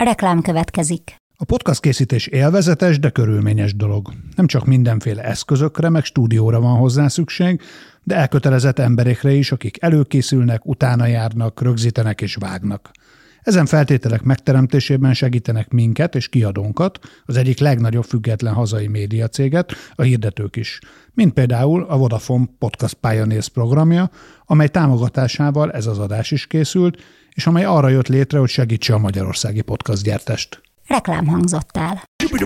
Reklám következik. A podcast készítés élvezetes, de körülményes dolog. Nem csak mindenféle eszközökre, meg stúdióra van hozzá szükség, de elkötelezett emberekre is, akik előkészülnek, utána járnak, rögzítenek és vágnak. Ezen feltételek megteremtésében segítenek minket és kiadónkat, az egyik legnagyobb független hazai médiacéget, a hirdetők is. Mint például a Vodafone Podcast Pioneers programja, amely támogatásával ez az adás is készült, és amely arra jött létre, hogy segítse a magyarországi podcastgyártást. Reklám hangzott el.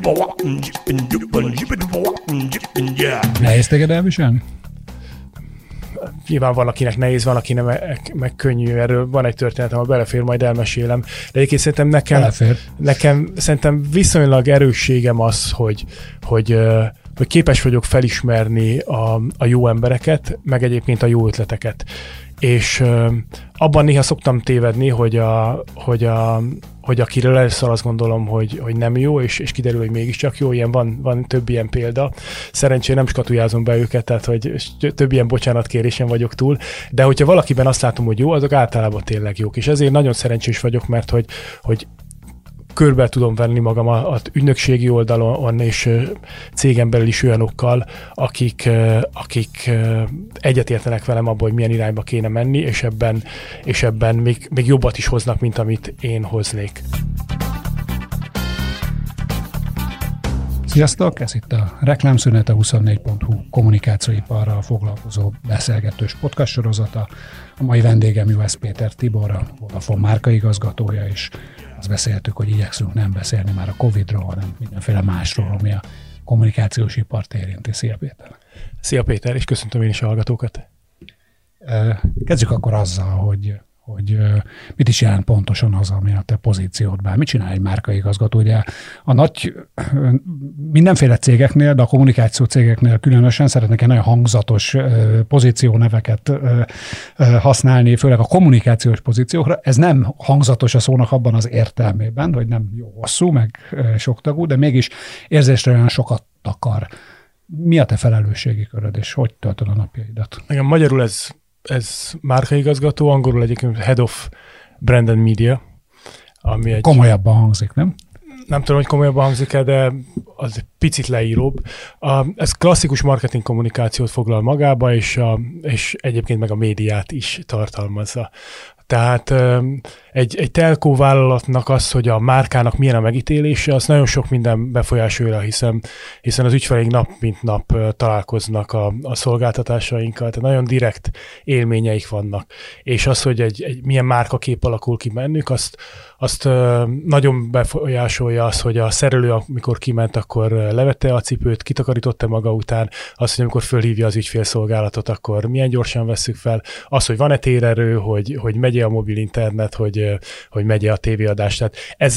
Nehéz téged elviselni? Nyilván van, akinek nehéz, van, akinek meg könnyű. Erről van egy történetem, ha belefér, majd elmesélem. De egyébként szerintem nekem szerintem viszonylag erősségem az, hogy képes vagyok felismerni a jó embereket, meg egyébként a jó ötleteket. És abban néha szoktam tévedni, hogy akiről először azt gondolom, hogy nem jó, és kiderül, hogy mégiscsak jó, ilyen van több ilyen példa. Szerencsére nem skatujázom be őket, tehát hogy több ilyen bocsánatkérésen vagyok túl, de hogyha valakiben azt látom, hogy jó, azok általában tényleg jók. És ezért nagyon szerencsés vagyok, mert hogy körbe tudom venni magam az ügynökségi oldalon és cégen belül is olyanokkal, akik egyetértenek velem abban, hogy milyen irányba kéne menni, és ebben még jobbat is hoznak, mint amit én hoznék. Sziasztok! Ez itt a Reklámszünet, a 24.hu kommunikációiparral foglalkozó beszélgetős podcast sorozata. A mai vendégem Juhász Péter Tibor, a Vodafone márkaigazgatója, és azt beszéltük, hogy igyekszünk nem beszélni már a Covid-ról, hanem mindenféle másról, ami a kommunikációs ipart érinti. Szia Péter! Szia Péter, és köszöntöm én is a hallgatókat! Kezdjük akkor azzal, hogy mit is jelent pontosan az, ami a te pozíciódban. Mit csinál egy márkaigazgató? Ugye a nagy mindenféle cégeknél, de a kommunikáció cégeknél különösen szeretnek egy nagyon hangzatos pozícióneveket használni, főleg a kommunikációs pozíciókra. Ez nem hangzatos a szónak abban az értelmében, hogy nem jó hosszú, meg soktagú, de mégis érzésre olyan sokat akar. Mi a te felelősségi köröd, és hogy töltöd a napjaidat? Igen, magyarul ez márkaigazgató, angolul egyébként Head of Brand and Media. Ami egy... Komolyabban hangzik, nem? Nem tudom, hogy komolyabban hangzik-e, de az egy picit leíróbb. Ez klasszikus marketing kommunikációt foglal magába, és egyébként meg a médiát is tartalmazza. Tehát egy telkó vállalatnak az, hogy a márkának milyen a megítélése, az nagyon sok minden befolyásolja, hiszen az ügyfeleink nap mint nap találkoznak a szolgáltatásainkkal, tehát nagyon direkt élményeik vannak. És az, hogy egy milyen márkakép alakul ki bennük, azt nagyon befolyásolja az, hogy a szerelő, amikor kiment, akkor levette a cipőt, kitakarította maga után, az, hogy amikor fölhívja az ügyfélszolgálatot, akkor milyen gyorsan vesszük fel, az, hogy van-e térerő, hogy megy a mobil internet, hogy megy a tévéadás. Tehát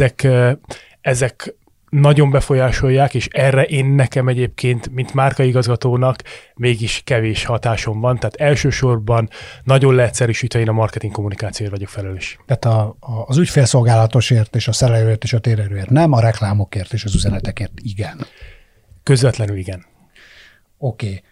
ezek nagyon befolyásolják, és erre nekem egyébként, mint márkaigazgatónak mégis kevés hatásom van. Tehát elsősorban nagyon leegyszerűsítve én a marketing kommunikációért vagyok felelős. Tehát az ügyfélszolgálatosért és a szerelőért és a térerőért nem, a reklámokért és az üzenetekért igen. Közvetlenül igen. Oké.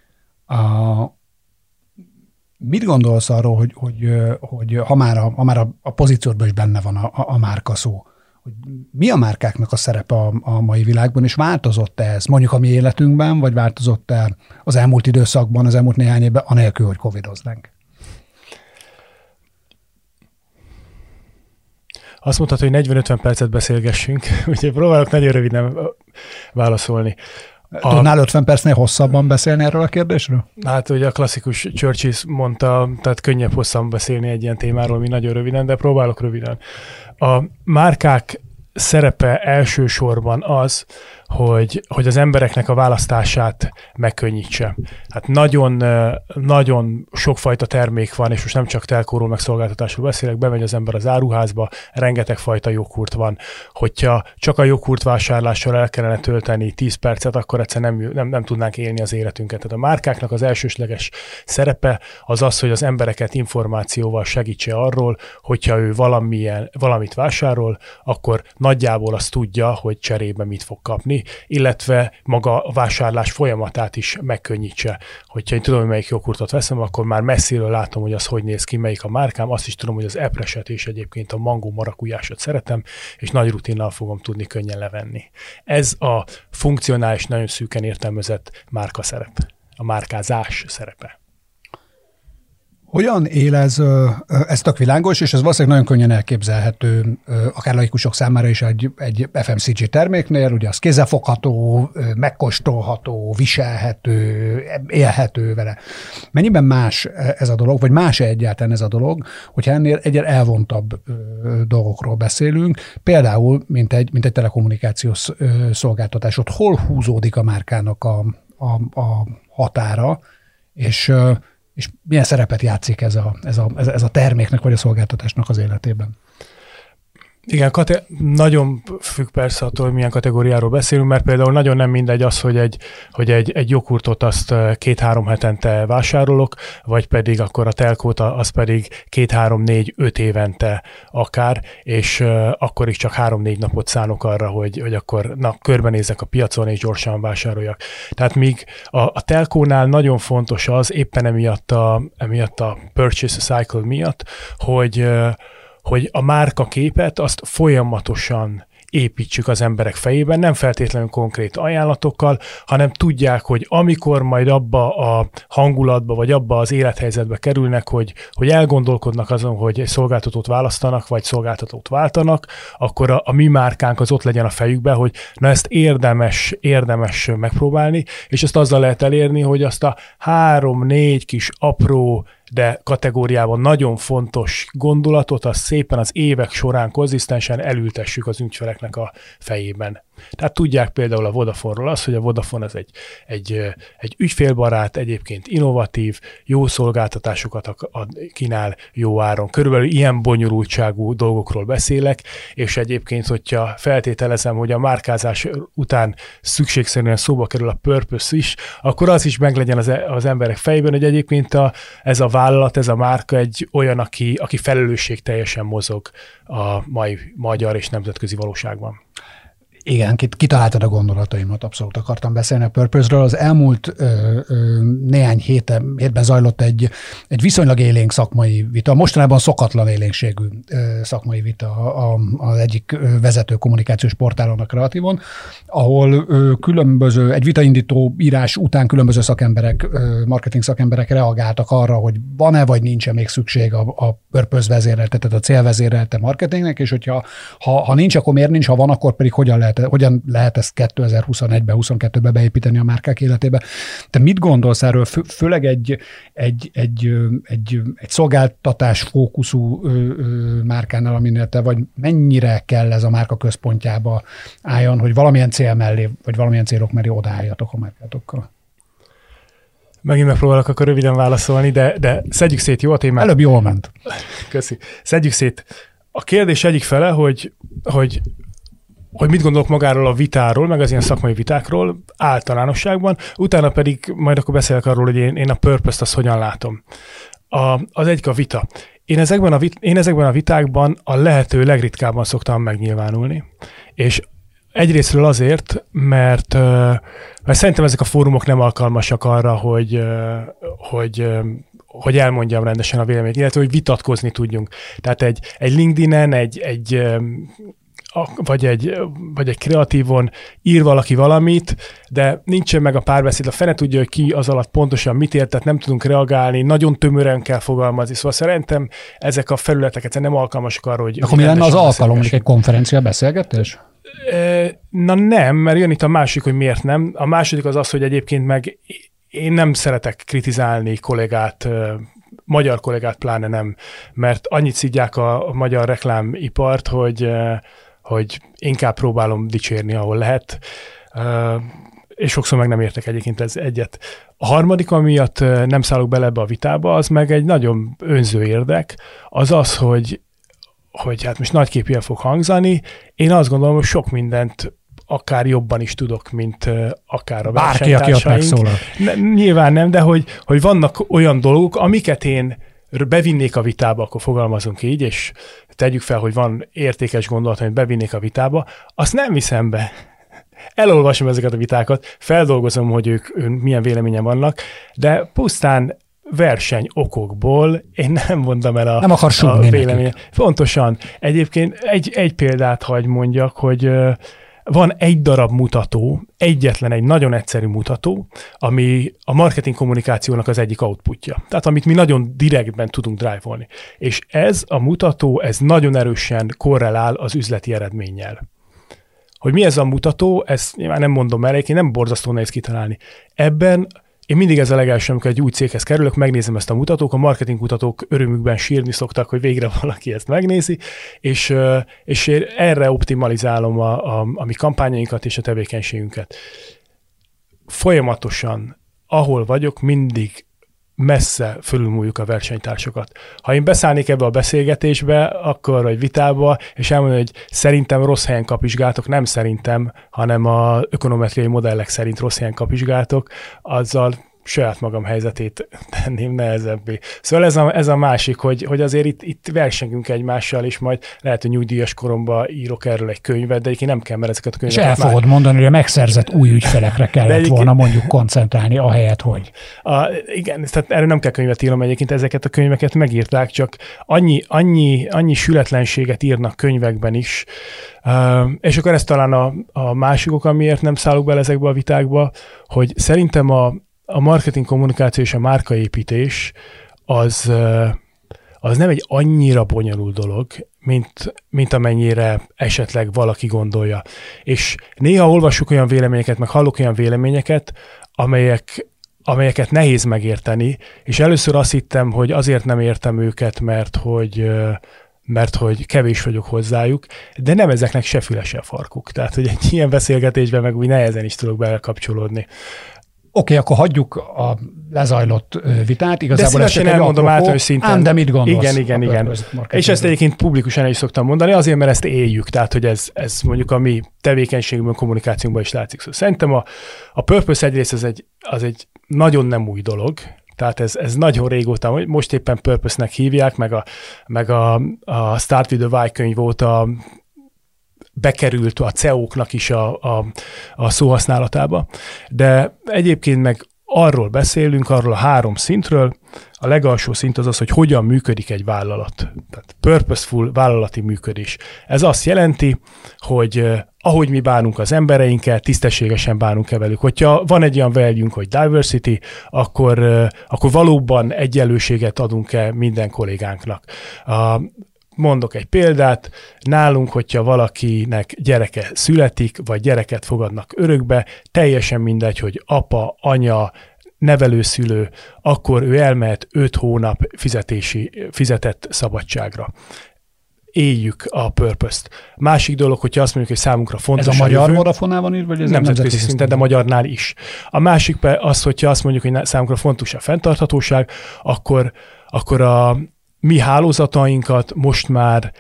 Mit gondolsz arról, hogy ha már a pozíciódban is benne van a márka szó, hogy mi a márkáknak a szerepe a mai világban, és változott-e ez mondjuk a mi életünkben, vagy változott-e az elmúlt időszakban, az elmúlt néhány évben, anélkül, hogy covidoznánk? Azt mondtad, hogy 40-50 percet beszélgessünk, úgyhogy próbálok nagyon röviden válaszolni. Tudnál 50 percnél hosszabban beszélni erről a kérdésről? Hát ugye a klasszikus Churchill mondta, tehát könnyebb hosszan beszélni egy ilyen témáról, mint nagyon röviden, de próbálok röviden. A márkák szerepe elsősorban az, hogy az embereknek a választását megkönnyítse. Hát nagyon sokfajta termék van, és most nem csak telkóról, meg szolgáltatásról beszélek, bemegy az ember az áruházba, rengeteg fajta joghurt van. Hogyha csak a joghurt vásárlással el kellene tölteni 10 percet, akkor egyszerűen nem tudnánk élni az életünket. Tehát a márkáknak az elsősleges szerepe az, hogy az embereket információval segítse arról, hogyha ő valamit vásárol, akkor nagyjából azt tudja, hogy cserébe mit fog kapni, tudni, illetve maga a vásárlás folyamatát is megkönnyítse. Hogyha én tudom, hogy melyik joghurtot veszem, akkor már messziről látom, hogy az hogy néz ki, melyik a márkám, azt is tudom, hogy az epreset és egyébként a mangó marakujásot szeretem, és nagy rutinnal fogom tudni könnyen levenni. Ez a funkcionális, nagyon szűken értelmezett márka szerep, a márkázás szerepe. Hogyan élez, ez tök világos, és ez valószínűleg nagyon könnyen elképzelhető, akár laikusok számára is egy FMCG terméknél, ugye az kézzelfogható, megkóstolható, viselhető, élhető vele. Mennyiben más ez a dolog, vagy más-e egyáltalán ez a dolog, hogyha ennél egyre elvontabb dolgokról beszélünk, például, mint egy telekommunikációs szolgáltatás, ott hol húzódik a márkának a határa, és milyen szerepet játszik ez a terméknek vagy a szolgáltatásnak az életében? Igen, nagyon függ persze attól, hogy milyen kategóriáról beszélünk, mert például nagyon nem mindegy az, hogy egy joghurtot azt 2-3 hetente vásárolok, vagy pedig akkor a telkót az pedig 2-3-4-5 évente akár, és akkor is csak 3-4 napot szánok arra, hogy akkor körbenézzek a piacon és gyorsan vásároljak. Tehát míg a telkónál nagyon fontos az, éppen emiatt a purchase cycle miatt, hogy a márkaképet azt folyamatosan építsük az emberek fejében, nem feltétlenül konkrét ajánlatokkal, hanem tudják, hogy amikor majd abba a hangulatba, vagy abba az élethelyzetbe kerülnek, hogy elgondolkodnak azon, hogy egy szolgáltatót választanak, vagy szolgáltatót váltanak, akkor a mi márkánk az ott legyen a fejükben, hogy na ezt érdemes megpróbálni, és ezt azzal lehet elérni, hogy azt a 3-4 kis apró, de kategóriában nagyon fontos gondolatot, azt szépen az évek során konzisztensen elültessük az ügyfeleknek a fejében. Tehát tudják például a Vodafone-ról azt, hogy a Vodafone az egy ügyfélbarát, egyébként innovatív, jó szolgáltatásokat kínál jó áron. Körülbelül ilyen bonyolultságú dolgokról beszélek, és egyébként, hogyha feltételezem, hogy a márkázás után szükségszerűen szóba kerül a purpose is, akkor az is meglegyen az emberek fejében, hogy egyébként ez a vállalat, ez a márka egy olyan, aki felelősségteljesen mozog a mai magyar és nemzetközi valóságban. Igen, kitaláltad a gondolataimat, abszolút akartam beszélni a Purpose-ről. Az elmúlt néhány hétben zajlott egy viszonylag élénk szakmai vita, mostanában szokatlan élénkségű szakmai vita az egyik vezető kommunikációs portálon, a Kreatívon, ahol egy vitaindító írás után különböző szakemberek, marketing szakemberek reagáltak arra, hogy van-e vagy nincs-e még szükség a Purpose vezérelte, tehát a célvezérelte marketingnek, és hogyha ha nincs, akkor miért nincs, ha van, akkor pedig hogyan lehet ezt 2021-ben, 2022-ben beépíteni a márkák életébe. Te mit gondolsz erről, főleg egy szolgáltatás fókuszú márkánál, aminél te vagy, mennyire kell ez a márka központjába álljon, hogy valamilyen cél mellé, vagy valamilyen célok mellé odaálljatok a márkátokkal? Megint megpróbálok akkor röviden válaszolni, de szedjük szét, jó a témát? Előbb jól ment. Köszi. Szedjük szét. A kérdés egyik fele, hogy mit gondolok magáról a vitáról, meg az ilyen szakmai vitákról általánosságban, utána pedig majd akkor beszélek arról, hogy én a purpose-t azt hogyan látom. Az egyik a vita. Én ezekben a vitákban a lehető legritkábban szoktam megnyilvánulni. És egyrésztről azért, mert szerintem ezek a fórumok nem alkalmasak arra, hogy elmondjam rendesen a véleményt, illetve hogy vitatkozni tudjunk. Tehát egy LinkedIn-en, vagy egy kreatívon ír valaki valamit, de nincsen meg a párbeszéd, a fene tudja, hogy ki az alatt pontosan mit ért, tehát nem tudunk reagálni, nagyon tömören kell fogalmazni, szóval szerintem ezek a felületek nem alkalmasak arra, hogy... Akkor mi lenne az alkalom, mondjuk egy konferencia beszélgetés? Na nem, mert jön itt a másik, hogy miért nem. A második az, hogy egyébként meg én nem szeretek kritizálni kollégát, magyar kollégát pláne nem, mert annyit szidják a magyar reklámipart, hogy inkább próbálom dicsérni, ahol lehet, és sokszor meg nem értek egyébként egyet. A harmadik, amiatt nem szállok bele ebbe a vitába, az meg egy nagyon önző érdek, az, hogy hát most nagyképűen fog hangzani, én azt gondolom, hogy sok mindent akár jobban is tudok, mint akár a versenytársaink. Bárki, aki ott megszólal. Nyilván nem, de hogy vannak olyan dolgok, amiket én bevinnék a vitába, akkor fogalmazunk így, és tegyük fel, hogy van értékes gondolat, amit bevinnék a vitába, azt nem viszem be. elolvasom ezeket a vitákat, feldolgozom, hogy ők milyen véleményen vannak, de pusztán verseny okokból én nem mondom el nem akar a véleményet. Pontosan. Egyébként egy példát hagy mondjak, hogy van egy darab mutató, egyetlen egy nagyon egyszerű mutató, ami a marketing kommunikációnak az egyik outputja. Tehát amit mi nagyon direktben tudunk drive-olni. És ez a mutató, ez nagyon erősen korrelál az üzleti eredménnyel. Hogy mi ez a mutató, ezt nyilván nem mondom el, én nem borzasztó nehéz kitalálni. Ebben én mindig ez a legelső, amikor egy új céghez kerülök, megnézem ezt a mutatók, a marketing kutatók örömükben sírni szoktak, hogy végre valaki ezt megnézi, és én erre optimalizálom a mi kampányainkat és a tevékenységünket. Folyamatosan, ahol vagyok, mindig messze fölülmúljuk a versenytársakat. Ha én beszállnék ebbe a beszélgetésbe, akkor vagy vitába, és elmondom, hogy szerintem rossz helyen kapizsgáltok, nem szerintem, hanem az ökonometriai modellek szerint rossz helyen kapizsgáltok, azzal saját magam helyzetét tenném nehezebbé. Szóval ez a másik, hogy azért itt versengünk egymással, és majd lehet, hogy nyugdíjas koromban írok erről egy könyvet, de egyébként nem kell, mert ezeket a könyveket és el fogod mondani, hogy a megszerzett új ügyfelekre kellett volna mondjuk koncentrálni, ahelyett, hogy... Igen, tehát erről nem kell könyvet írnom, egyébként ezeket a könyveket megírták, csak annyi sületlenséget írnak könyvekben is, és akkor ez talán a másik ok, amiért nem szállok bele ezekbe a vitákba, hogy szerintem a marketing kommunikáció és a márkaépítés az nem egy annyira bonyolult dolog, mint amennyire esetleg valaki gondolja. És néha olvassuk olyan véleményeket, meg hallok olyan véleményeket, amelyeket nehéz megérteni, és először azt hittem, hogy azért nem értem őket, mert hogy kevés vagyok hozzájuk, de nem ezeknek se füle, se farkuk. Tehát, hogy egy ilyen beszélgetésben meg úgy nehezen is tudok belekapcsolódni. Oké, akkor hagyjuk a lezajlott vitát. Igazából de szívesen elmondom általános szinten. De mit gondolsz? Igen. És ezt egyébként publikusan is szoktam mondani, azért, mert ezt éljük. Tehát, hogy ez mondjuk a mi tevékenységünkben, kommunikációnkban is látszik. Szóval szerintem a purpose egyrészt az egy nagyon nem új dolog. Tehát ez nagyon régóta, most éppen purpose-nek hívják, meg a Start with the Why könyv óta bekerült a CEO-knak is a szóhasználatába. De egyébként meg arról beszélünk, arról a 3 szintről. A legalsó szint az, hogy hogyan működik egy vállalat. Tehát purposeful vállalati működés. Ez azt jelenti, hogy ahogy mi bánunk az embereinkkel, tisztességesen bánunk-e velük. Hogyha van egy olyan value-nk, hogy diversity, akkor valóban egyenlőséget adunk-e minden kollégánknak. Mondok egy példát, nálunk, hogyha valakinek gyereke születik, vagy gyereket fogadnak örökbe, teljesen mindegy, hogy apa, anya, nevelőszülő, akkor ő elmehet 5 hónap fizetett szabadságra. Éljük a purpose-t. Másik dolog, hogyha azt mondjuk, hogy számunkra fontos. Ez a magyar Vodafone-nál van írva, vagy ez nemzetközi szinten, de magyarnál is. A másik az, hogyha azt mondjuk, hogy számunkra fontos a fenntarthatóság, akkor a mi hálózatainkat most már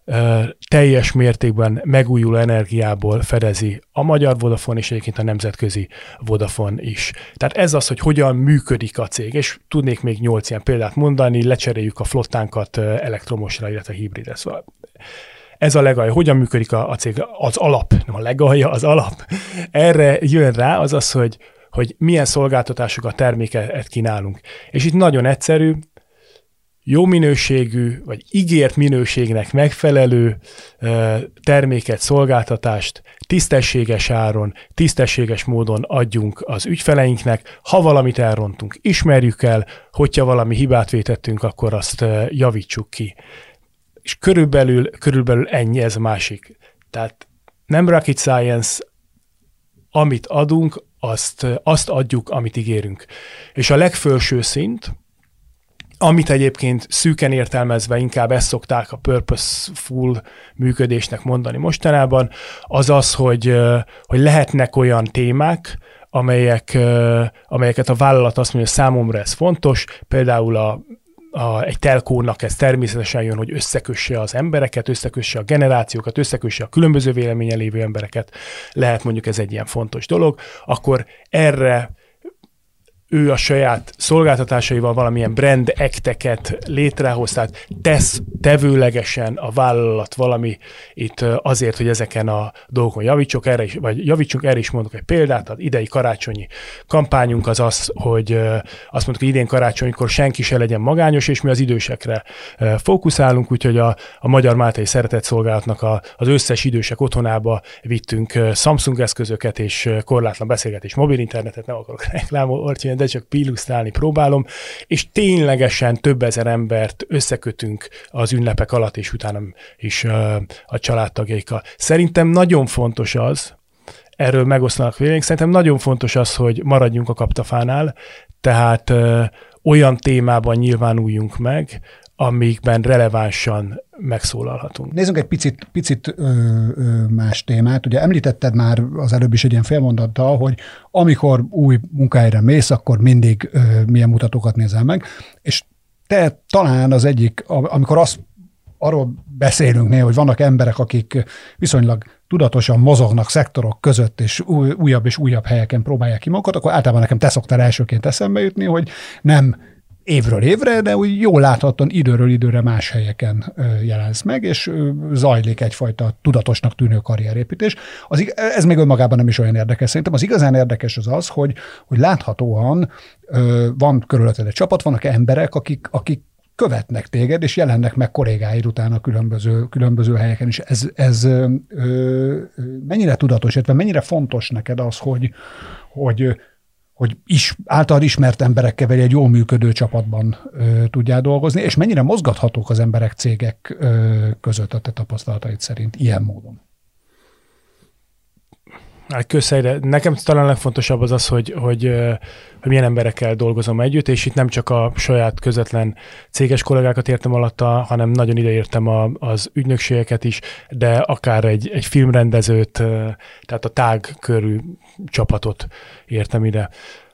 teljes mértékben megújuló energiából fedezi a magyar Vodafone és egyébként a nemzetközi Vodafone is. Tehát ez az, hogy hogyan működik a cég, és tudnék még 8 ilyen példát mondani, lecseréljük a flottánkat elektromosra, illetve hibridre. Szóval ez a legalja. Hogyan működik a cég? Az alap, nem a legalja, az alap. Erre jön rá az, hogy milyen szolgáltatásokat, terméket kínálunk. És itt nagyon egyszerű, jó minőségű, vagy ígért minőségnek megfelelő terméket, szolgáltatást tisztességes áron, tisztességes módon adjunk az ügyfeleinknek. Ha valamit elrontunk, ismerjük el, hogyha valami hibát vétettünk, akkor azt javítsuk ki. És körülbelül ennyi, ez a másik. Tehát nem rocket science, amit adunk, azt adjuk, amit ígérünk. És a legfelső szint, amit egyébként szűken értelmezve inkább ezt szokták a purposeful működésnek mondani mostanában, az az, hogy lehetnek olyan témák, amelyeket a vállalat azt mondja, hogy számomra ez fontos, például egy telkónak ez természetesen jön, hogy összekösse az embereket, összekösse a generációkat, összekösse a különböző véleményen lévő embereket, lehet mondjuk ez egy ilyen fontos dolog, akkor erre ő a saját szolgáltatásaival valamilyen brand act-eket létrehoz, tehát tesz tevőlegesen a vállalat valami itt azért, hogy ezeken a dolgokon javítsunk, erre is mondok egy példát, az idei karácsonyi kampányunk az, hogy azt mondtuk, hogy idén karácsonykor senki se legyen magányos, és mi az idősekre fókuszálunk, úgyhogy a Magyar Máltai Szeretetszolgálatnak az összes idősek otthonába vittünk Samsung eszközöket és korlátlan beszélgetés mobil internetet, nem akarok reklámolni, de csak illusztrálni próbálom, és ténylegesen több ezer embert összekötünk az ünnepek alatt, és utána is a családtagjaikkal. Szerintem nagyon fontos az, erről megoszlanak vélemény, szerintem nagyon fontos az, hogy maradjunk a kaptafánál, tehát olyan témában nyilvánuljunk meg, amikben relevánsan megszólalhatunk. Nézzünk egy picit más témát. Ugye említetted már az előbb is egy ilyen félmondattal, hogy amikor új munkahelyre mész, akkor mindig milyen mutatókat nézel meg, és te talán az egyik, amikor arról beszélünk néha, hogy vannak emberek, akik viszonylag tudatosan mozognak szektorok között, és újabb helyeken próbálják ki magukat, akkor általában nekem te szoktál elsőként eszembe jutni, hogy nem évről évre, de úgy jól láthatóan időről időre más helyeken jelensz meg, és zajlik egyfajta tudatosnak tűnő karrierépítés. Ez még önmagában nem is olyan érdekes. Szerintem az igazán érdekes az, hogy láthatóan van körülötted egy csapat, vannak emberek, akik követnek téged, és jelennek meg kollégáid után a különböző helyeken is. Ez mennyire tudatos, illetve mennyire fontos neked az, hogy általad ismert emberekkel vagy egy jól működő csapatban tudjál dolgozni, és mennyire mozgathatók az emberek cégek között a te tapasztalataid szerint ilyen módon? Köszönöm, de nekem talán legfontosabb az, hogy milyen emberekkel dolgozom együtt, és itt nem csak a saját közvetlen céges kollégákat értem alatta, hanem nagyon ideértem az ügynökségeket is, de akár egy filmrendezőt, tehát a tág körű csapatot értem ide.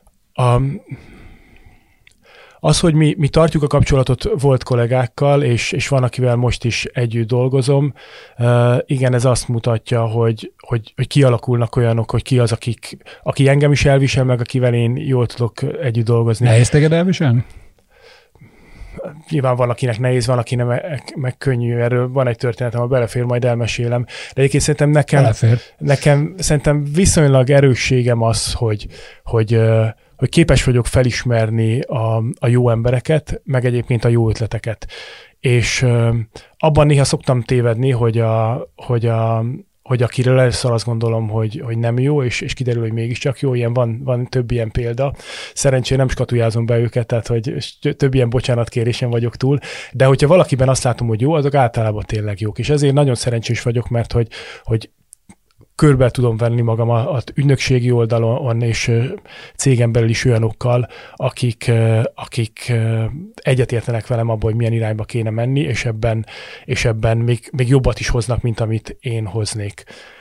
Az, hogy mi tartjuk a kapcsolatot volt kollégákkal, és van, akivel most is együtt dolgozom, igen, ez azt mutatja, hogy kialakulnak olyanok, hogy ki az, aki engem is elvisel, meg akivel én jól tudok együtt dolgozni. Nehéz téged elviselni? Nyilván van, akinek nehéz, van, akinek meg könnyű. Erről van egy történetem, ha belefér, majd elmesélem. De egyébként szerintem nekem szerintem viszonylag erősségem az, hogy képes vagyok felismerni a jó embereket, meg egyébként a jó ötleteket. És abban néha szoktam tévedni, hogy akiről először azt gondolom, hogy nem jó, és kiderül, hogy mégiscsak jó, van több ilyen példa. Szerencsére nem skatujázom be őket, tehát hogy több ilyen bocsánatkérésen vagyok túl, de hogyha valakiben azt látom, hogy jó, azok általában tényleg jók. És ezért nagyon szerencsés vagyok, mert hogy körbe tudom venni magam az ügynökségi oldalon, és cégen belül is olyanokkal, akik egyetértenek velem abban, hogy milyen irányba kéne menni, és ebben még jobbat is hoznak, mint amit én hoznék.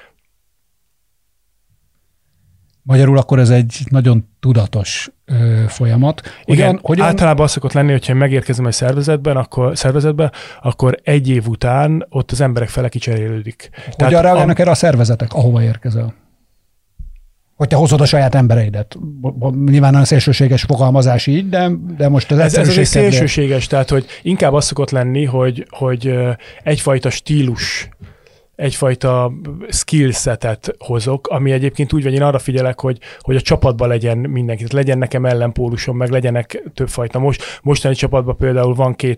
Magyarul akkor ez egy nagyon tudatos folyamat. Igen, általában az szokott lenni, hogyha megérkezem egy szervezetbe, akkor egy év után ott az emberek fele kicserélődik. Hogyan reagálnak erre a szervezetek, ahova érkezel? Hogy te hozod a saját embereidet. Nyilván nagyon szélsőséges fogalmazás így, de most az ez egy szélsőséges, tehát hogy inkább az szokott lenni, hogy egyfajta stílus, egyfajta skillsetet hozok, ami egyébként úgy van, én arra figyelek, hogy a csapatban legyen mindenki, tehát legyen nekem ellenpólusom, meg legyenek többfajta. Mostani csapatban például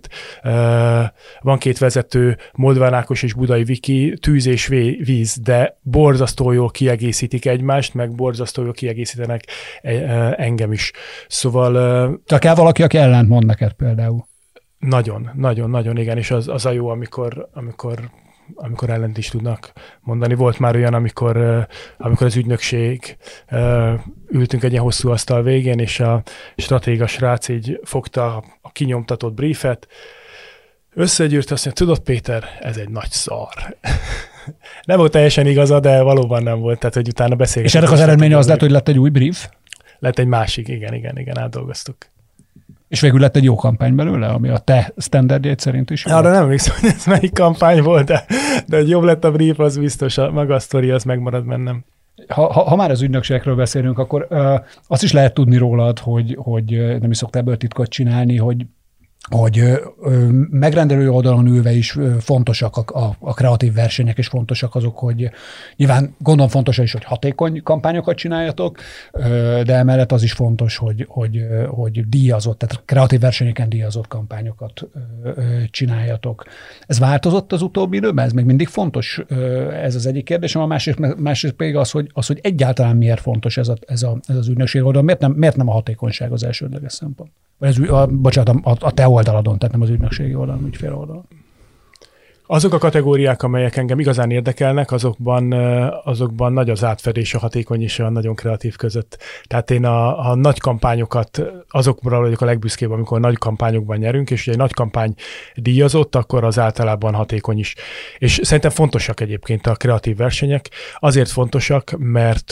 van két vezető, Moldván Ákos és Budai Viki, tűz és víz, de borzasztó jól kiegészítik egymást, meg borzasztó jól kiegészítenek engem is. Szóval... Csak kell valaki, aki ellent mond neked például. Nagyon, igen, és az a jó, amikor ellent is tudnak mondani. Volt már olyan, amikor az ügynökség ültünk egy ilyen hosszú asztal végén, és a stratéga srác így fogta a kinyomtatott briefet, összegyűrt, azt mondja, tudod Péter, ez egy nagy szar. Nem volt teljesen igaza, de valóban nem volt, tehát hogy utána beszélgetünk. És ennek az eredménye az lett, hogy lett egy új brief? Lett egy másik, igen, átdolgoztuk. És végül lett egy jó kampány belőle, ami a te standardjeid szerint is? Arra nem emlékszem, hogy ez melyik kampány volt, de hogy jobb lett a brief, az biztos, maga a sztori, az megmarad bennem. ha már az ügynökségekről beszélünk, akkor azt is lehet tudni rólad, hogy nem is szoktál ebből titkot csinálni, hogy megrendelő oldalon ülve is fontosak a kreatív versenyek, és fontosak azok, hogy nyilván gondolom fontos is, hogy hatékony kampányokat csináljatok, de emellett az is fontos, hogy díjazott, tehát kreatív versenyeken díjazott kampányokat csináljatok. Ez változott az utóbbi időben? Ez még mindig fontos? Ez az egyik kérdésem. A másik pedig az, hogy egyáltalán miért fontos ez az ügynökség oldal, miért nem a hatékonyság az elsődleges szempont? Bocsánat, a te oldaladon, tehát nem az ügynökségi oldalon, ügyfél oldalon. Azok a kategóriák, amelyek engem igazán érdekelnek, azokban nagy az átfedés a hatékony és a nagyon kreatív között. Tehát én a nagy kampányokat, azokra vagyok a legbüszkébb, amikor nagy kampányokban nyerünk, és ugye egy nagy kampány díjazott, akkor az általában hatékony is. És szerintem fontosak egyébként a kreatív versenyek. Azért fontosak, mert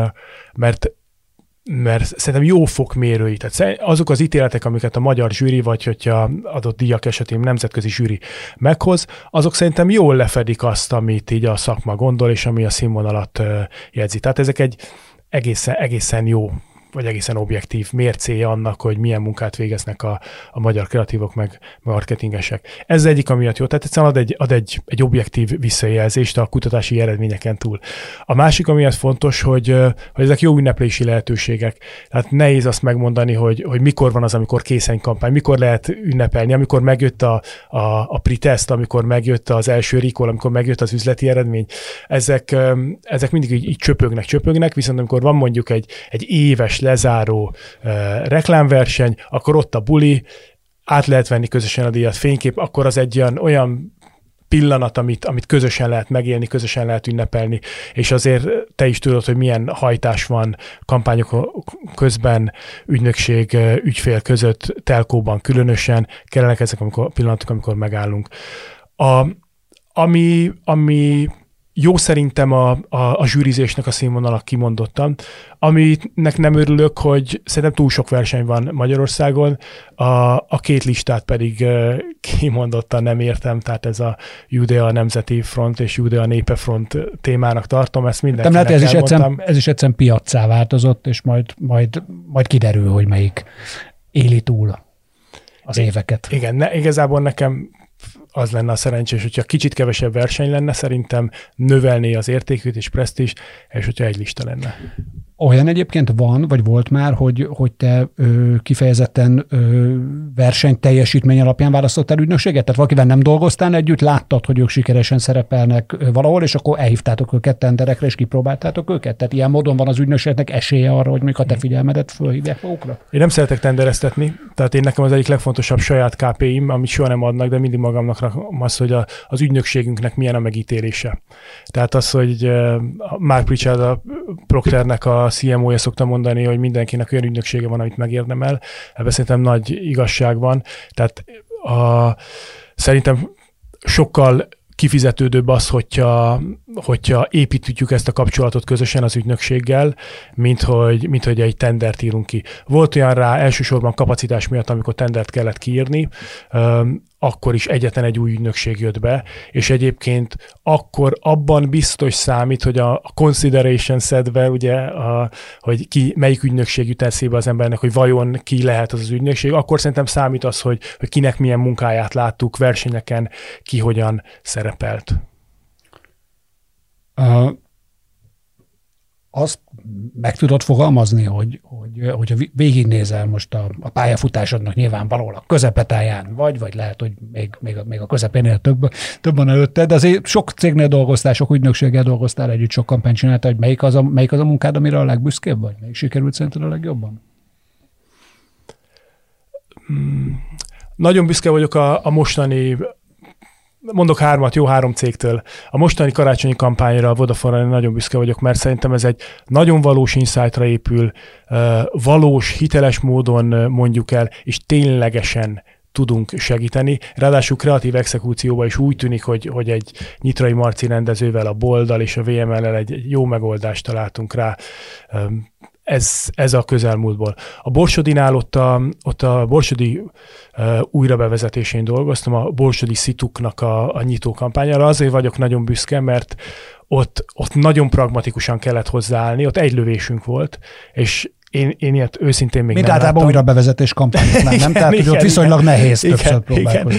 szerintem jó fokmérői. Tehát azok az ítéletek, amiket a magyar zsűri, vagy hogyha adott díjak esetén nemzetközi zsűri meghoz, azok szerintem jól lefedik azt, amit így a szakma gondol, és ami a színvonalat jegyzi. Tehát ezek egy egészen jó, vagy egészen objektív mércéje annak, hogy milyen munkát végeznek a magyar kreatívok, meg marketingesek. Ez az egyik, amiatt jó. Tehát egyszerűen ad egy objektív visszajelzést a kutatási eredményeken túl. A másik, amiatt fontos, hogy ezek jó ünneplési lehetőségek. Tehát nehéz azt megmondani, hogy mikor van az, amikor készen kampány, mikor lehet ünnepelni, amikor megjött a pre-test, amikor megjött az első recall, amikor megjött az üzleti eredmény. Ezek mindig így csöpögnek, viszont amikor van mondjuk egy éves lezáró reklámverseny, akkor ott a buli, át lehet venni közösen a díjat, fénykép, akkor az egy olyan pillanat, amit közösen lehet megélni, közösen lehet ünnepelni, és azért te is tudod, hogy milyen hajtás van kampányok közben, ügynökség, ügyfél között, telkóban különösen, kellenek ezek a pillanatok, amikor megállunk. Ami jó szerintem a zsűrizésnek a színvonalak kimondottan. Aminek nem örülök, hogy szerintem túl sok verseny van Magyarországon, a két listát pedig kimondottan nem értem, tehát ez a Judea Nemzeti Front és Judea Népe Front témának tartom, ezt mindenkinek elmondtam. Ez is egyszerűen piaccá változott, és majd kiderül, hogy melyik éli túl az éveket. Igen, igazából nekem az lenne a szerencsés, hogyha kicsit kevesebb verseny lenne, szerintem növelné az értékét és presztízs, és hogyha egy lista lenne. Olyan egyébként van, vagy volt már, hogy te kifejezetten versenyteljesítmény alapján választottál ügynökséget? Tehát valakivel nem dolgoztál együtt, láttad, hogy ők sikeresen szerepelnek valahol, és akkor elhívtátok őket tenderekre, és kipróbáltátok őket? Tehát ilyen módon van az ügynökségnek esélye arra, hogy még a te figyelmedet fölhívják magukra? Én nem szeretek tendereztetni, tehát én nekem az egyik legfontosabb saját KPI-m, amit soha nem adnak, de mindig magamnak rakom az, hogy az ügynökségünknek milyen a megítélése. Tehát az, hogy Mark Pritchard, a Procternek a CMO-ja szokta mondani, hogy mindenkinek olyan ügynöksége van, amit megérdemel. Ebben szerintem nagy igazság van. Tehát szerintem sokkal kifizetődőbb az, hogyha építjük ezt a kapcsolatot közösen az ügynökséggel, mint hogy egy tendert írunk ki. Volt olyan rá elsősorban kapacitás miatt, amikor tendert kellett kiírni, akkor is egyetlen egy új ügynökség jött be, és egyébként akkor abban biztos számít, hogy a consideration setben, ugye, hogy melyik ügynökség jut eszébe az embernek, hogy vajon ki lehet az ügynökség, akkor szerintem számít az, hogy kinek milyen munkáját láttuk, versenyeken ki hogyan szerepelt. Azt meg tudod fogalmazni, hogy végignézel most a pályafutásodnak nyilván valahol a közepetáján vagy lehet, hogy még a közepénél több van előtte, de azért sok cégnél dolgoztál, sok ügynökséggel dolgoztál együtt, sok kampányt csináltál, hogy melyik az a munkád, amire a legbüszkébb vagy? Melyik sikerült szerinted a legjobban? Nagyon büszke vagyok a mostani, mondok három cégtől. A mostani karácsonyi kampányra, a Vodafone-ra nagyon büszke vagyok, mert szerintem ez egy nagyon valós insightra épül, valós, hiteles módon mondjuk el, és ténylegesen tudunk segíteni. Ráadásul kreatív exekúcióban is úgy tűnik, hogy egy Nyitrai Marci rendezővel, a Bolddal és a VML-el egy jó megoldást találtunk rá. Ez a közelmúltból. A Borsodinál ott a Borsodi újrabevezetésén dolgoztam, a Borsodi Szituknak a nyitó kampányára. Azért vagyok nagyon büszke, mert ott nagyon pragmatikusan kellett hozzáállni, ott egy lövésünk volt, és én ilyet őszintén még mint nem általában láttam. újra bevezetés kampányoknál, nem? Tehát, hogy ott viszonylag nehéz többször próbálkozni.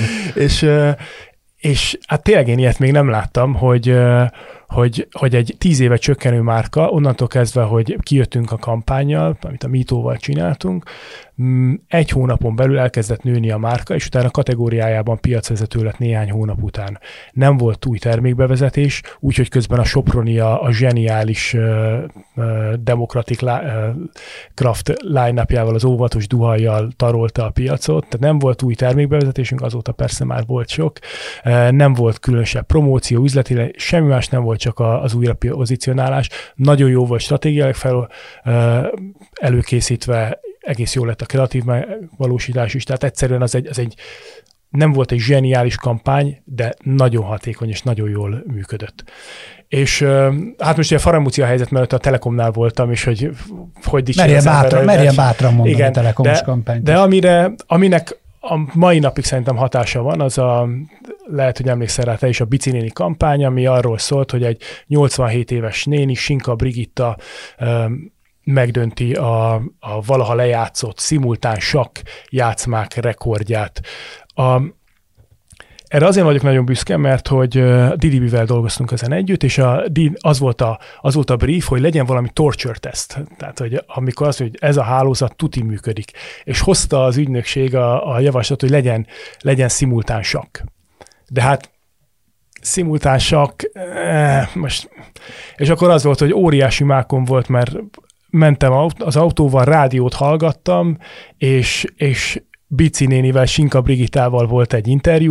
És hát tényleg én ilyet még nem láttam, hogy egy 10 éve csökkenő márka, onnantól kezdve, hogy kijöttünk a kampánnyal, amit a Mítóval csináltunk, 1 hónapon belül elkezdett nőni a márka, és utána a kategóriájában piacvezető lett néhány hónap után. Nem volt új termékbevezetés, úgyhogy közben a Soproni a zseniális Democratic Craft line-upjával, az óvatos duhajjal tarolta a piacot, tehát nem volt új termékbevezetésünk, azóta persze már volt sok, nem volt különösebb promóció, üzletileg, semmi más nem volt, csak az újra pozícionálás. Nagyon jó volt stratégiailag előkészítve, egész jó lett a kreatív megvalósítás is, tehát egyszerűen az egy nem volt egy zseniális kampány, de nagyon hatékony és nagyon jól működött. És hát most ugye faramúci a helyzet, mert a Telekomnál voltam, és hogy dicsérem. Merjen bátran mondani igen, a Telekomos kampányt. De aminek a mai napig szerintem hatása van, az lehet, hogy emlékszel rá te is, a Bici néni kampány, ami arról szólt, hogy egy 87 éves néni, Sinka Brigitta megdönti a valaha lejátszott szimultán sakk játszmák rekordját. Erre azért vagyok nagyon büszke, mert hogy DDB-vel dolgoztunk ezen együtt, és az volt a brief, hogy legyen valami torture test. Tehát, hogy amikor azt mondja, hogy ez a hálózat tuti működik. És hozta az ügynökség a javaslat, hogy legyen szimultán sakk. De hát szimultán sakk, most... És akkor az volt, hogy óriási mákom volt, mert mentem az autóval, rádiót hallgattam, és Bici nénivel, Sinka Brigittával volt egy interjú,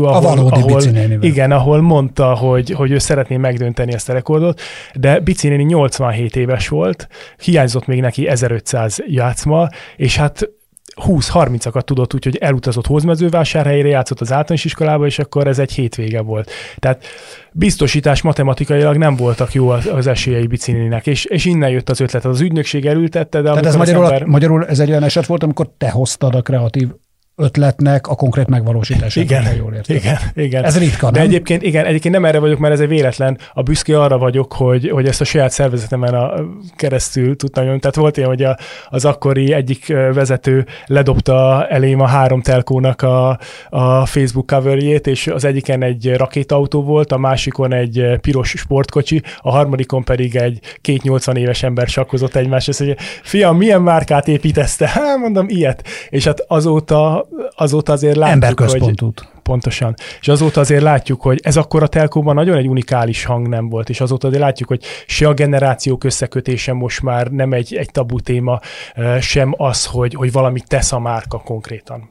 ahol mondta, hogy ő szeretné megdönteni ezt a rekordot, de Bici néni 87 éves volt, hiányzott még neki 1500 játszma, és hát 20-30-akat tudott, úgyhogy elutazott Hódmezővásárhelyre, játszott az általános iskolába, és akkor ez egy hétvége volt. Tehát biztosítás matematikailag nem voltak jó az esélyei Bici néninek, és innen jött az ötlet. Az ügynökség elültette, de... Tehát ez magyarul ez egy olyan eset volt, amikor te hoztad a kreatív ötletnek a konkrét megvalósítását. Igen. Ez ritka, de nem? egyébként nem erre vagyok, mert ez egy véletlen. A büszke arra vagyok, hogy ezt a saját szervezetemen keresztül tudtam nyomni. Tehát volt ilyen, hogy az akkori egyik vezető ledobta elém a 3 telkónak a Facebook coverjét, és az egyiken egy rakétautó volt, a másikon egy piros sportkocsi, a harmadikon pedig egy 280 éves ember sakkozott egymásra, és mondja, fiam, milyen márkát építezte? Hát mondom, ilyet. És hát azóta azért látjuk, emberközpontút. Pontosan. És azóta azért látjuk, hogy ez akkor a telkóban nagyon egy unikális hang nem volt, és azóta azért látjuk, hogy se a generációk összekötése most már nem egy tabu téma, sem az, hogy valamit tesz a márka konkrétan.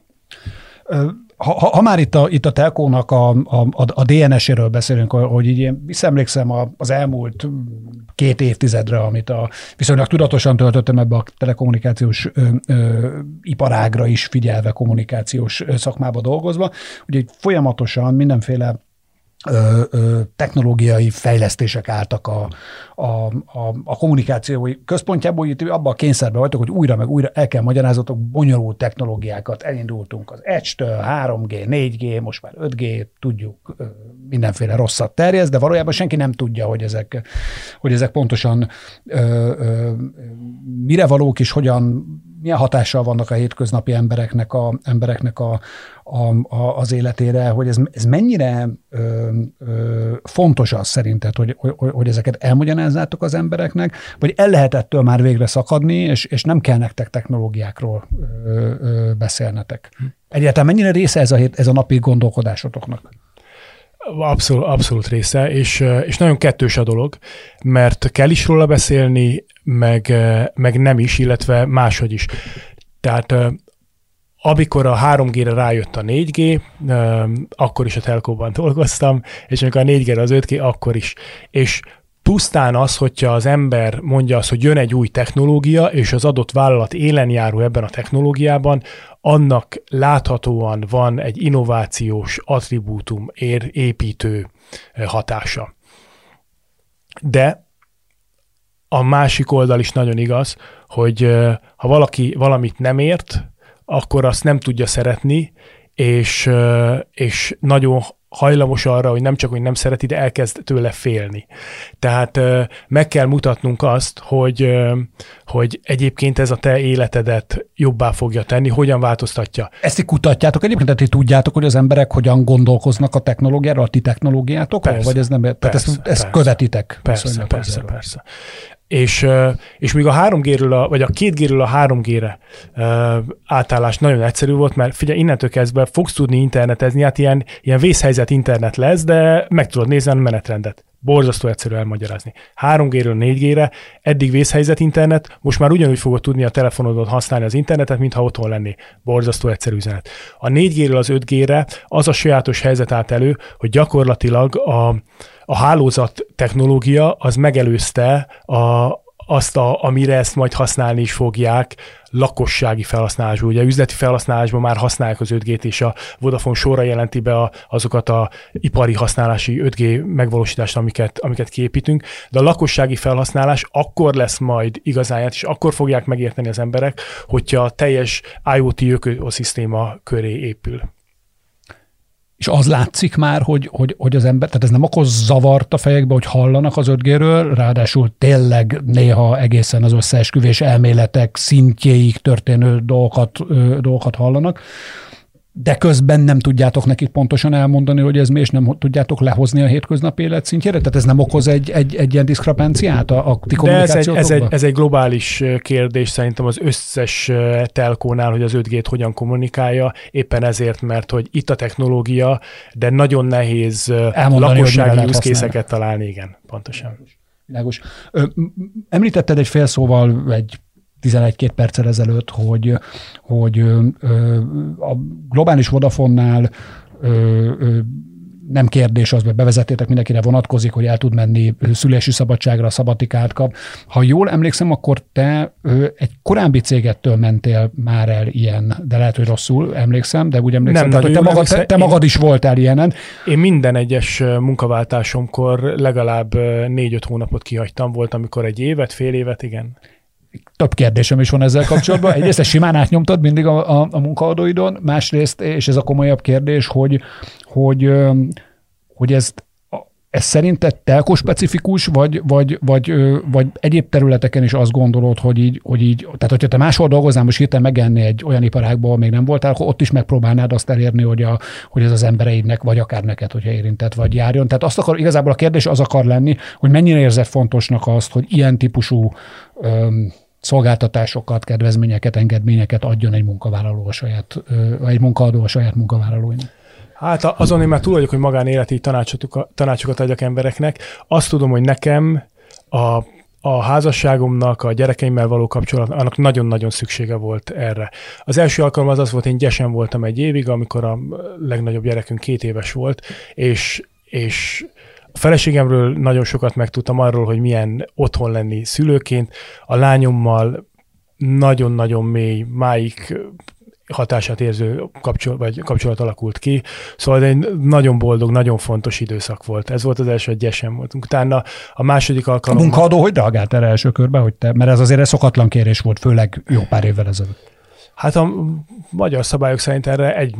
Ha már itt a telkónak a DNS-éről beszélünk, hogy így én visszaemlékszem az elmúlt 2 évtizedre, amit viszonylag tudatosan töltöttem ebbe a telekommunikációs iparágra is figyelve, kommunikációs szakmába dolgozva, hogy folyamatosan mindenféle technológiai fejlesztések álltak a kommunikációi központjából, itt abban a kényszerben vagytok, hogy újra meg újra el kell magyarázatok bonyolult technológiákat. Elindultunk az Edge-től, 3G, 4G, most már 5G, tudjuk, mindenféle rosszat terjesz, de valójában senki nem tudja, hogy ezek pontosan mire valók és milyen hatással vannak a hétköznapi embereknek az életére, hogy ez mennyire fontos az szerinted, hogy ezeket elmagyarázzátok az embereknek, vagy el lehet ettől már végre szakadni, és nem kell nektek technológiákról beszélnetek. Egyáltalán mennyire része ez a napi gondolkodásotoknak? Abszolút része, és nagyon kettős a dolog, mert kell is róla beszélni, meg nem is, illetve máshogy is. Tehát amikor a 3G-re rájött a 4G, akkor is a telkóban dolgoztam, és amikor a 4G-re az 5G, akkor is. És pusztán az, hogyha az ember mondja azt, hogy jön egy új technológia, és az adott vállalat élen járó ebben a technológiában, annak láthatóan van egy innovációs attribútum építő hatása. De a másik oldal is nagyon igaz, hogy ha valaki valamit nem ért, akkor azt nem tudja szeretni, és nagyon hajlamos arra, hogy nem csak, hogy nem szereti, de elkezd tőle félni. Tehát meg kell mutatnunk azt, hogy egyébként ez a te életedet jobbá fogja tenni, hogyan változtatja. Ezt kutatjátok egyébként, tehát tudjátok, hogy az emberek hogyan gondolkoznak a technológiáról, a ti technológiátokról? Vagy ez nem, tehát ezt követitek? Persze. És még a 3G-ről, vagy a 2G-ről a 3G-re átállás nagyon egyszerű volt, mert figyelj, innentől kezdve fogsz tudni internetezni, hát ilyen vészhelyzet internet lesz, de meg tudod nézni a menetrendet. Borzasztó egyszerű elmagyarázni. 3G-ről 4G-re, eddig vészhelyzet internet, most már ugyanúgy fogod tudni a telefonodon használni az internetet, mintha otthon lennél. Borzasztó egyszerű üzenet. A 4G-ről az 5G-re az a sajátos helyzet állt elő, hogy gyakorlatilag a hálózat technológia az megelőzte azt, amire ezt majd használni is fogják lakossági felhasználásban. Ugye üzleti felhasználásban már használják az 5G-t, és a Vodafone sorra jelenti be azokat a ipari használási 5G megvalósítást, amiket kiépítünk, de a lakossági felhasználás akkor lesz majd igazán, és akkor fogják megérteni az emberek, hogyha a teljes IoT ökoszisztéma köré épül. És az látszik már, hogy az ember, tehát ez nem okoz zavart a fejekbe, hogy hallanak az 5G-ről, ráadásul tényleg néha egészen az összeesküvés elméletek szintjéig történő dolgokat hallanak, de közben nem tudjátok nekik pontosan elmondani, hogy ez mi, és nem tudjátok lehozni a hétköznapi élet szintjére? Tehát ez nem okoz egy ilyen diszkrepenciát a ti kommunikációtokban? Ez egy globális kérdés szerintem az összes telkónál, hogy az 5G-t hogyan kommunikálja, éppen ezért, mert hogy itt a technológia, de nagyon nehéz elmondani, lakossági use case-eket találni, igen, pontosan. Világos. Említetted egy fél szóval egy 11-2 perccel ezelőtt, hogy a globális Vodafone-nál nem kérdés az, hogy bevezettétek, mindenkire vonatkozik, hogy el tud menni szülési szabadságra, szabatikát kap. Ha jól emlékszem, akkor te egy korábbi cégettől mentél már el ilyen, de lehet, hogy rosszul emlékszem, de úgy emlékszem, nem, hogy te magad is voltál ilyenen. Én minden egyes munkaváltásomkor legalább 4-5 hónapot kihagytam, volt, amikor egy évet, fél évet, igen. Több kérdésem is van ezzel kapcsolatban. Egyrészt ezt simán átnyomtad mindig a munkaadóidon, másrészt, és ez a komolyabb kérdés, hogy ez szerinted telko-specifikus, vagy egyéb területeken is azt gondolod, hogy így, tehát hogyha te máshol dolgoznál, most hirtelen megenni egy olyan iparágból, még nem voltál, akkor ott is megpróbálnád azt elérni, hogy ez az embereidnek, vagy akár neked, hogyha érintett, vagy járjon. Tehát igazából a kérdés az akar lenni, hogy mennyire érzed fontosnak azt, hogy ilyen típusú szolgáltatásokat, kedvezményeket, engedményeket adjon egy munkavállaló egy munkaadó a saját munkavállalóinak. Hát azon én már túl vagyok, hogy magánéleti tanácsokat adjak embereknek. Azt tudom, hogy nekem a házasságomnak, a gyerekeimmel való kapcsolat, annak nagyon-nagyon szüksége volt erre. Az első alkalom az volt, én gyesen voltam egy évig, amikor a legnagyobb gyerekünk 2 éves volt, és a feleségemről nagyon sokat megtudtam arról, hogy milyen otthon lenni szülőként. A lányommal nagyon-nagyon mély, máig hatását érző kapcsolat alakult ki. Szóval egy nagyon boldog, nagyon fontos időszak volt. Ez volt az első, hogy gyesen voltunk. Utána a második alkalom... A munkaadó hogy reagált erre első körben? Mert ez azért egy szokatlan kérés volt, főleg jó pár évvel ezelőtt. Hát a magyar szabályok szerint erre egy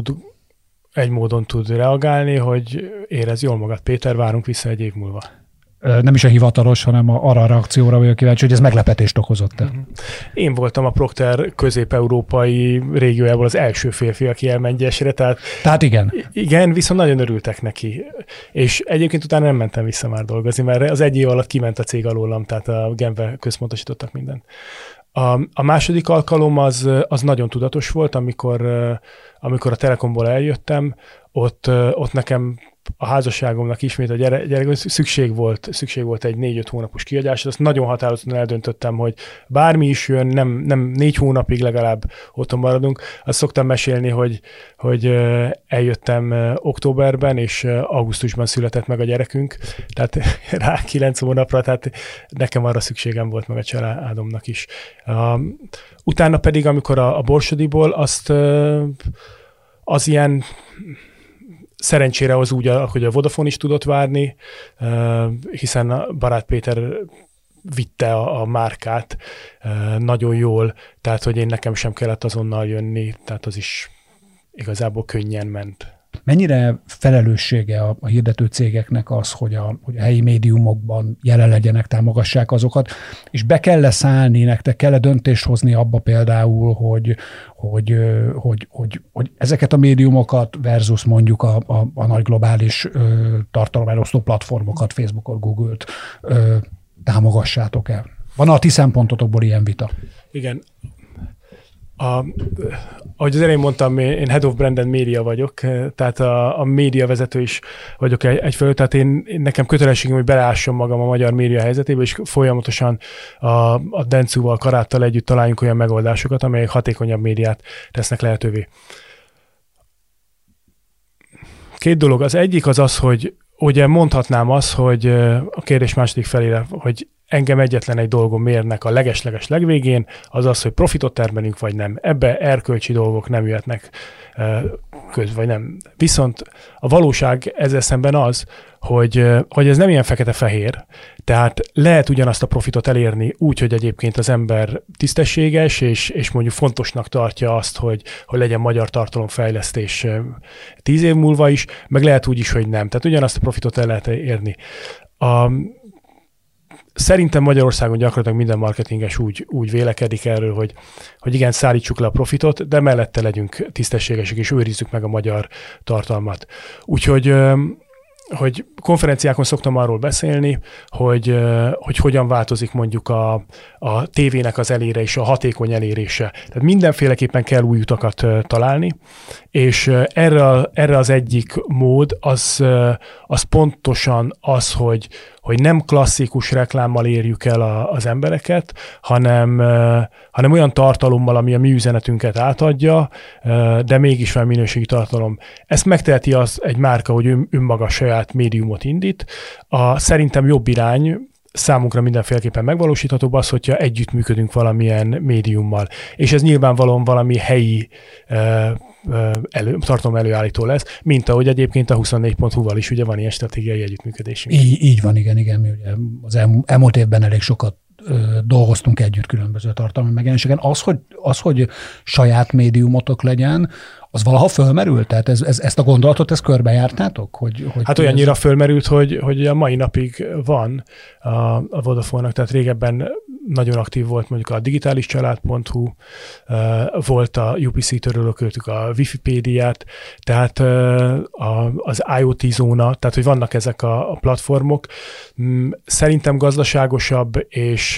módon tud reagálni, hogy érez jól magad, Péter, várunk vissza egy év múlva. Nem is a hivatalos, hanem arra a reakcióra vagyok kíváncsi, hogy ez meglepetést okozott-e. Én voltam a Procter közép-európai régiójából az első férfi, aki elment gyesre, tehát igen. Igen, viszont nagyon örültek neki. És egyébként utána nem mentem vissza már dolgozni, mert az egy év alatt kiment a cég alólam, tehát a Genfbe központosítottak mindent. A második alkalom az nagyon tudatos volt, amikor a Telekomból eljöttem, ott nekem a házasságomnak ismét a gyerek szükség volt egy 4-5 hónapos kiadásra. Azt nagyon határozottan eldöntöttem, hogy bármi is jön, nem 4 hónapig legalább otthon maradunk. Azt szoktam mesélni, hogy eljöttem októberben, és augusztusban született meg a gyerekünk, tehát rá 9 hónapra, tehát nekem arra szükségem volt, meg a családomnak is. Utána pedig, amikor a Borsodiból az ilyen szerencsére az úgy, hogy a Vodafone is tudott várni, hiszen a Barát Péter vitte a márkát nagyon jól, tehát hogy nekem sem kellett azonnal jönni, tehát az is igazából könnyen ment. mennyire felelőssége a hirdető cégeknek az, hogy a helyi médiumokban jelen legyenek, támogassák azokat, és be kell szállni, nektek kell döntést hozni abba például, hogy ezeket a médiumokat versus mondjuk a nagy globális tartalomelosztó platformokat, Facebookot, Google-t támogassátok el. Van a ti szempontotokból ilyen vita? Igen. Ahogy az elején mondtam, én Head of Brand and Media vagyok, tehát a média vezető is vagyok egyfelől, tehát én nekem kötelességem, hogy beleássam magam a magyar média helyzetébe, és folyamatosan a Dencúval, Karáttal együtt találjunk olyan megoldásokat, amelyek hatékonyabb médiát tesznek lehetővé. Két dolog. Az egyik az, hogy ugye mondhatnám azt, hogy a kérdés második felére, hogy engem egyetlen egy dolgom érnek a leges-leges legvégén, az, hogy profitot termelünk, vagy nem. Ebbe erkölcsi dolgok nem jöhetnek vagy nem. Viszont a valóság ezzel szemben az, hogy ez nem ilyen fekete-fehér, tehát lehet ugyanazt a profitot elérni úgy, hogy egyébként az ember tisztességes, és mondjuk fontosnak tartja azt, hogy legyen magyar tartalomfejlesztés 10 év múlva is, meg lehet úgy is, hogy nem. Tehát ugyanazt a profitot el lehet érni. Szerintem Magyarországon gyakorlatilag minden marketinges úgy vélekedik erről, hogy igen, szállítsuk le a profitot, de mellette legyünk tisztességesek, és őrizzük meg a magyar tartalmat. Úgyhogy hogy konferenciákon szoktam arról beszélni, hogy hogyan változik mondjuk a tévének az elérése, a hatékony elérése. Tehát mindenféleképpen kell új utakat találni, és erre az egyik mód az pontosan az, hogy nem klasszikus reklámmal érjük el az embereket, hanem olyan tartalommal, ami a mi üzenetünket átadja, de mégis van minőségi tartalom. Ezt megteheti az egy márka, hogy önmaga saját médiumot indít. Szerintem jobb irány, számunkra mindenféleképpen megvalósíthatóbb az, hogyha együttműködünk valamilyen médiummal. És ez nyilvánvalóan valami helyi tartalom előállító lesz, mint ahogy egyébként a 24.hu-val is ugye van ilyen stratégiai együttműködésünk. Így van, igen. Mi ugye az elmúlt évben elég sokat dolgoztunk együtt különböző tartalmi megjelenéseken. Az, hogy saját médiumotok legyen, az valaha fölmerült? Tehát ezt a gondolatot körbejártátok? Hát olyannyira fölmerült, hogy a mai napig van a Vodafone-nak, tehát régebben nagyon aktív volt mondjuk a digitáliscsalád.hu, volt a UPC-től költük a Wikipédiát, tehát az IoT zóna, tehát hogy vannak ezek a platformok. Szerintem gazdaságosabb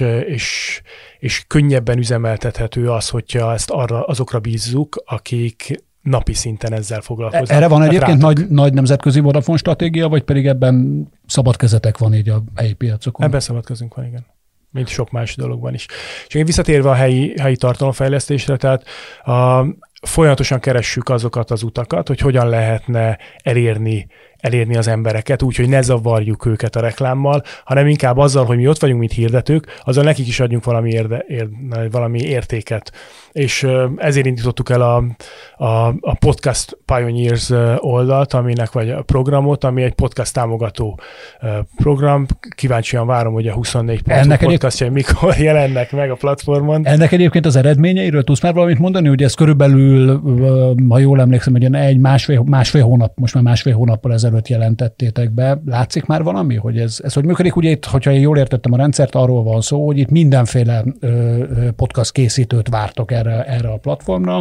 és könnyebben üzemeltethető az, hogyha ezt azokra bízzuk, akik napi szinten ezzel foglalkoznak. Erre van egyébként nagy nemzetközi Vodafone stratégia, vagy pedig ebben szabad kezetek van így a helyi piacokon? Ebben szabad kezünk van, igen. Mint sok más dologban is. És én visszatérve a helyi tartalomfejlesztésre, tehát folyamatosan keressük azokat az utakat, hogy hogyan lehetne elérni az embereket, úgyhogy ne zavarjuk őket a reklámmal, hanem inkább azzal, hogy mi ott vagyunk, mint hirdetők, azzal nekik is adjunk valami értéket. És ezért indítottuk el a Podcast Pioneers oldalt, vagy a programot, ami egy podcast támogató program. Kíváncsian várom, hogy a 24 podcastjai mikor jelennek meg a platformon. Ennek egyébként az eredményeiről tudsz már valamit mondani? Ugye ez körülbelül, ha jól emlékszem, hogy másfél hónappal ezelőtt jelentettétek be. Látszik már valami, hogy ez hogy működik? Ugye itt, hogyha én jól értettem a rendszert, arról van szó, hogy itt mindenféle podcast készítőt vártok erre a platformra,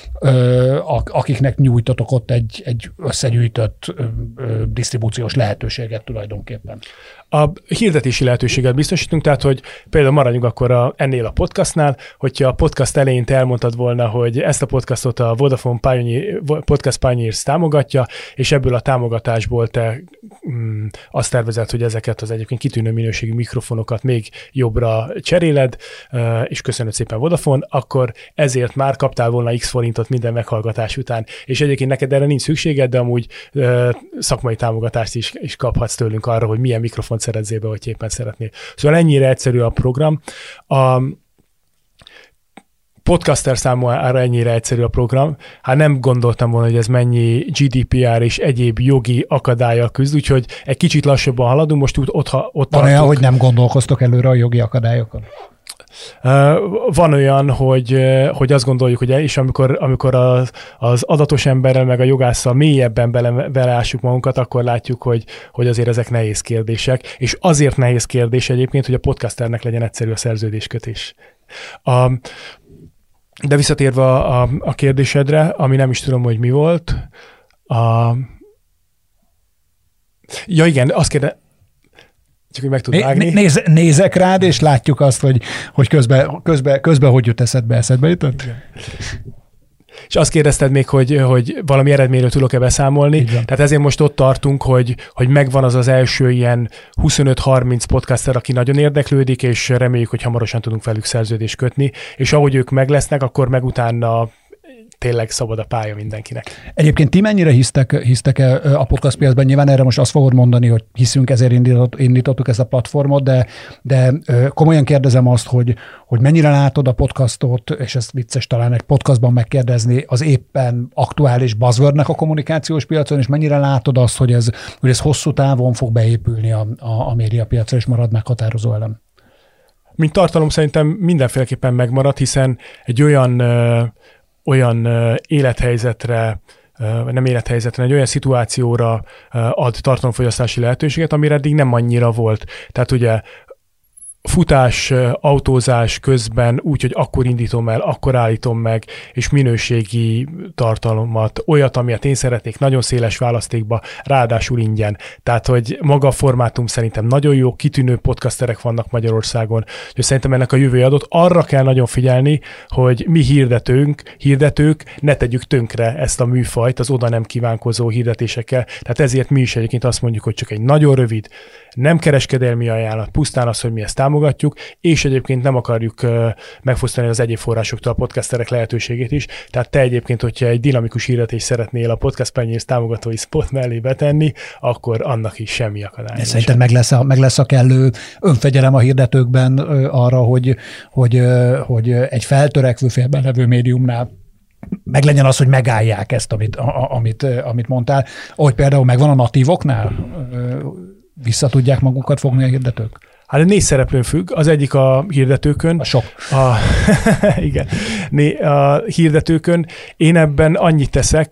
akiknek nyújtatok ott egy összegyűjtött disztribúciós lehetőséget tulajdonképpen. A hirdetési lehetőséget biztosítunk, tehát, hogy például maradjunk akkor ennél a podcastnál, hogyha a podcast elején te elmondtad volna, hogy ezt a podcastot a Vodafone Podcast Pioneers támogatja, és ebből a támogatásból te azt tervezed, hogy ezeket az egyébként kitűnő minőségű mikrofonokat még jobbra cseréled, és köszönöd szépen Vodafone, akkor ezért már kaptál volna X forintot minden meghallgatás után. És egyébként neked erre nincs szükséged, de amúgy szakmai támogatást is kaphatsz tőlünk arra, hogy milyen mikrofont szerezzél be, hogy éppen szeretnél. Szóval ennyire egyszerű a program. A podcaster számára ennyire egyszerű a program. Hát nem gondoltam volna, hogy ez mennyi GDPR és egyéb jogi akadállyal küzd, úgyhogy egy kicsit lassabban haladunk, most ott van olyan, hogy nem gondolkoztok előre a jogi akadályokon? Van olyan, hogy azt gondoljuk, hogy és amikor az adatos emberrel meg a jogásszal mélyebben beleássuk magunkat, akkor látjuk, hogy azért ezek nehéz kérdések, és azért nehéz kérdés egyébként, hogy a podcasternek legyen egyszerű a szerződéskötés. De visszatérve a kérdésedre, ami nem is tudom, hogy mi volt. Ja igen, azt kérde... Csak hogy meg tud vágni. Nézek rád, és látjuk azt, hogy közben hogy jut eszedbe jutott? Igen. És azt kérdezted még, hogy valami eredményről tudok-e beszámolni. Tehát ezért most ott tartunk, hogy megvan az első ilyen 25-30 podcaster, aki nagyon érdeklődik, és reméljük, hogy hamarosan tudunk velük szerződést kötni. És ahogy ők meg lesznek, akkor meg utána tényleg szabad a pálya mindenkinek. Egyébként ti mennyire hisztek-e a podcast piacban? Nyilván erre most azt fogod mondani, hogy hiszünk, ezért indítottuk ezt a platformot, de komolyan kérdezem azt, hogy mennyire látod a podcastot, és ez vicces talán egy podcastban megkérdezni, az éppen aktuális buzzwordnek a kommunikációs piacon, és mennyire látod azt, hogy ez hosszú távon fog beépülni a médiapiacra, és marad meghatározó elem? Mint tartalom szerintem mindenféleképpen megmarad, hiszen egy olyan élethelyzetre, nem élethelyzetre, egy olyan szituációra ad tartalomfogyasztási lehetőséget, amire eddig nem annyira volt. Tehát ugye futás, autózás közben úgy, hogy akkor indítom el, akkor állítom meg, és minőségi tartalmat, olyat, amilyet én szeretnék, nagyon széles választékba, ráadásul ingyen. Tehát, hogy maga a formátum szerintem nagyon jó, kitűnő podcasterek vannak Magyarországon, és szerintem ennek a jövője adott. Arra kell nagyon figyelni, hogy mi hirdetők ne tegyük tönkre ezt a műfajt az oda nem kívánkozó hirdetésekkel. Tehát ezért mi is egyébként azt mondjuk, hogy csak egy nagyon rövid, nem kereskedelmi ajánlat, pusztán az, hogy mi ezt támogatjuk, és egyébként nem akarjuk megfosztani az egyéb forrásoktól a podcasterek lehetőségét is. Tehát te egyébként, hogyha egy dinamikus hirdetést szeretnél a Podcast Pioneers támogatói spot mellé betenni, akkor annak is semmi akadály. Szerintem meg lesz a kellő önfegyelem a hirdetőkben arra, hogy egy feltörekvő félben levő médiumnál meg legyen az, hogy megállják ezt, amit mondtál. Ahogy például megvan a natívoknál, vissza tudják magukat fogni a hirdetők? Hát 4 szereplőn függ, az egyik a hirdetőkön. A sok. Igen. A hirdetőkön. Én ebben annyit teszek,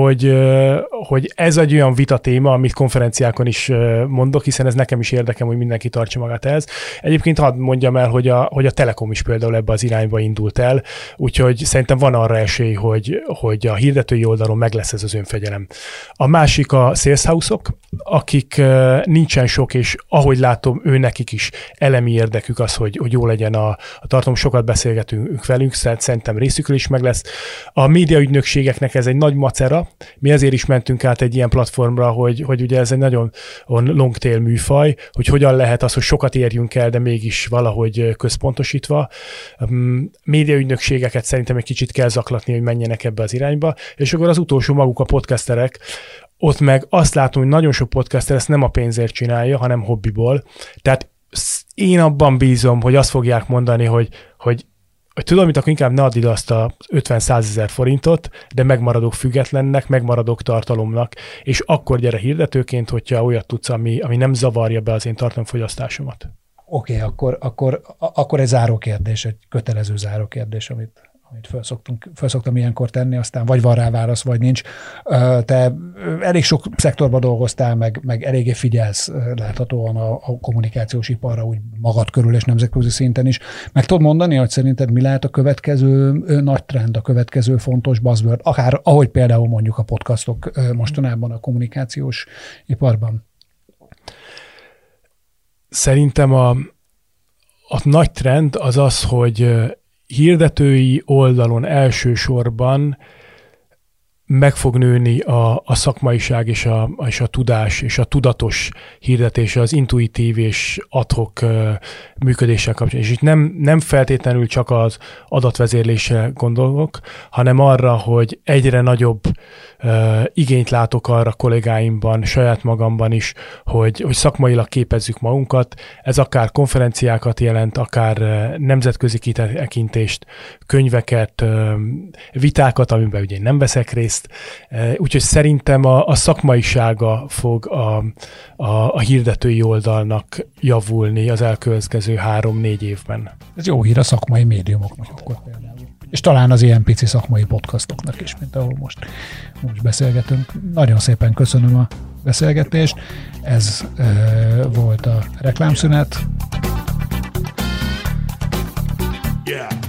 hogy ez egy olyan vita téma, amit konferenciákon is mondok, hiszen ez nekem is érdekem, hogy mindenki tartsa magát ehhez. Egyébként hadd mondjam el, hogy a Telekom is például ebbe az irányba indult el, úgyhogy szerintem van arra esély, hogy a hirdetői oldalon meg lesz ez az önfegyelem. A másik a sales house-ok, akik nincsen sok, és ahogy látom, nekik is elemi érdekük az, hogy jó legyen a tartalom, sokat beszélgetünk velünk, szerintem részükről is meg lesz. A médiaügynökségeknek ez egy nagy macera, mi ezért is mentünk át egy ilyen platformra, hogy ugye ez egy nagyon long tail műfaj, hogy hogyan lehet az, hogy sokat érjünk el, de mégis valahogy központosítva. Médiaügynökségeket szerintem egy kicsit kell zaklatni, hogy menjenek ebbe az irányba, és akkor az utolsó maguk a podcasterek, ott meg azt látom, hogy nagyon sok podcaster ezt nem a pénzért csinálja, hanem hobbiból. Tehát én abban bízom, hogy azt fogják mondani, hogy tudom, mit akkor inkább ne add ide azt a 50-100 ezer forintot, de megmaradok függetlennek, megmaradok tartalomnak, és akkor gyere hirdetőként, hogyha olyat tudsz, ami nem zavarja be az én tartalomfogyasztásomat. Oké, akkor egy zárókérdés, egy kötelező zárókérdés, amit felszoktam ilyenkor tenni, aztán vagy van rá válasz, vagy nincs. Te elég sok szektorban dolgoztál, meg eléggé figyelsz láthatóan a kommunikációs iparra úgy magad körül és nemzetközi szinten is. Meg tudod mondani, hogy szerinted mi lehet a következő nagy trend, a következő fontos buzzword, akár ahogy például mondjuk a podcastok mostanában a kommunikációs iparban? Szerintem a nagy trend az az, hogy hirdetői oldalon elsősorban meg fog nőni a szakmaiság és a tudás és a tudatos hirdetés, az intuitív és ad-hoc működéssel kapcsolatban. És itt nem feltétlenül csak az adatvezérlésre gondolok, hanem arra, hogy egyre nagyobb igényt látok arra kollégáimban, saját magamban is, hogy szakmailag képezzük magunkat. Ez akár konferenciákat jelent, akár nemzetközi kitekintést, könyveket, vitákat, amiben ugye én nem veszek részt, ezt. Úgyhogy szerintem a szakmaisága fog a hirdetői oldalnak javulni az elkövetkező 3-4 évben. Ez jó hír a szakmai médiumoknak akkor például. És talán az ilyen pici szakmai podcastoknak is, mint ahol most beszélgetünk. Nagyon szépen köszönöm a beszélgetést. Ez volt a reklámszünet. Yeah.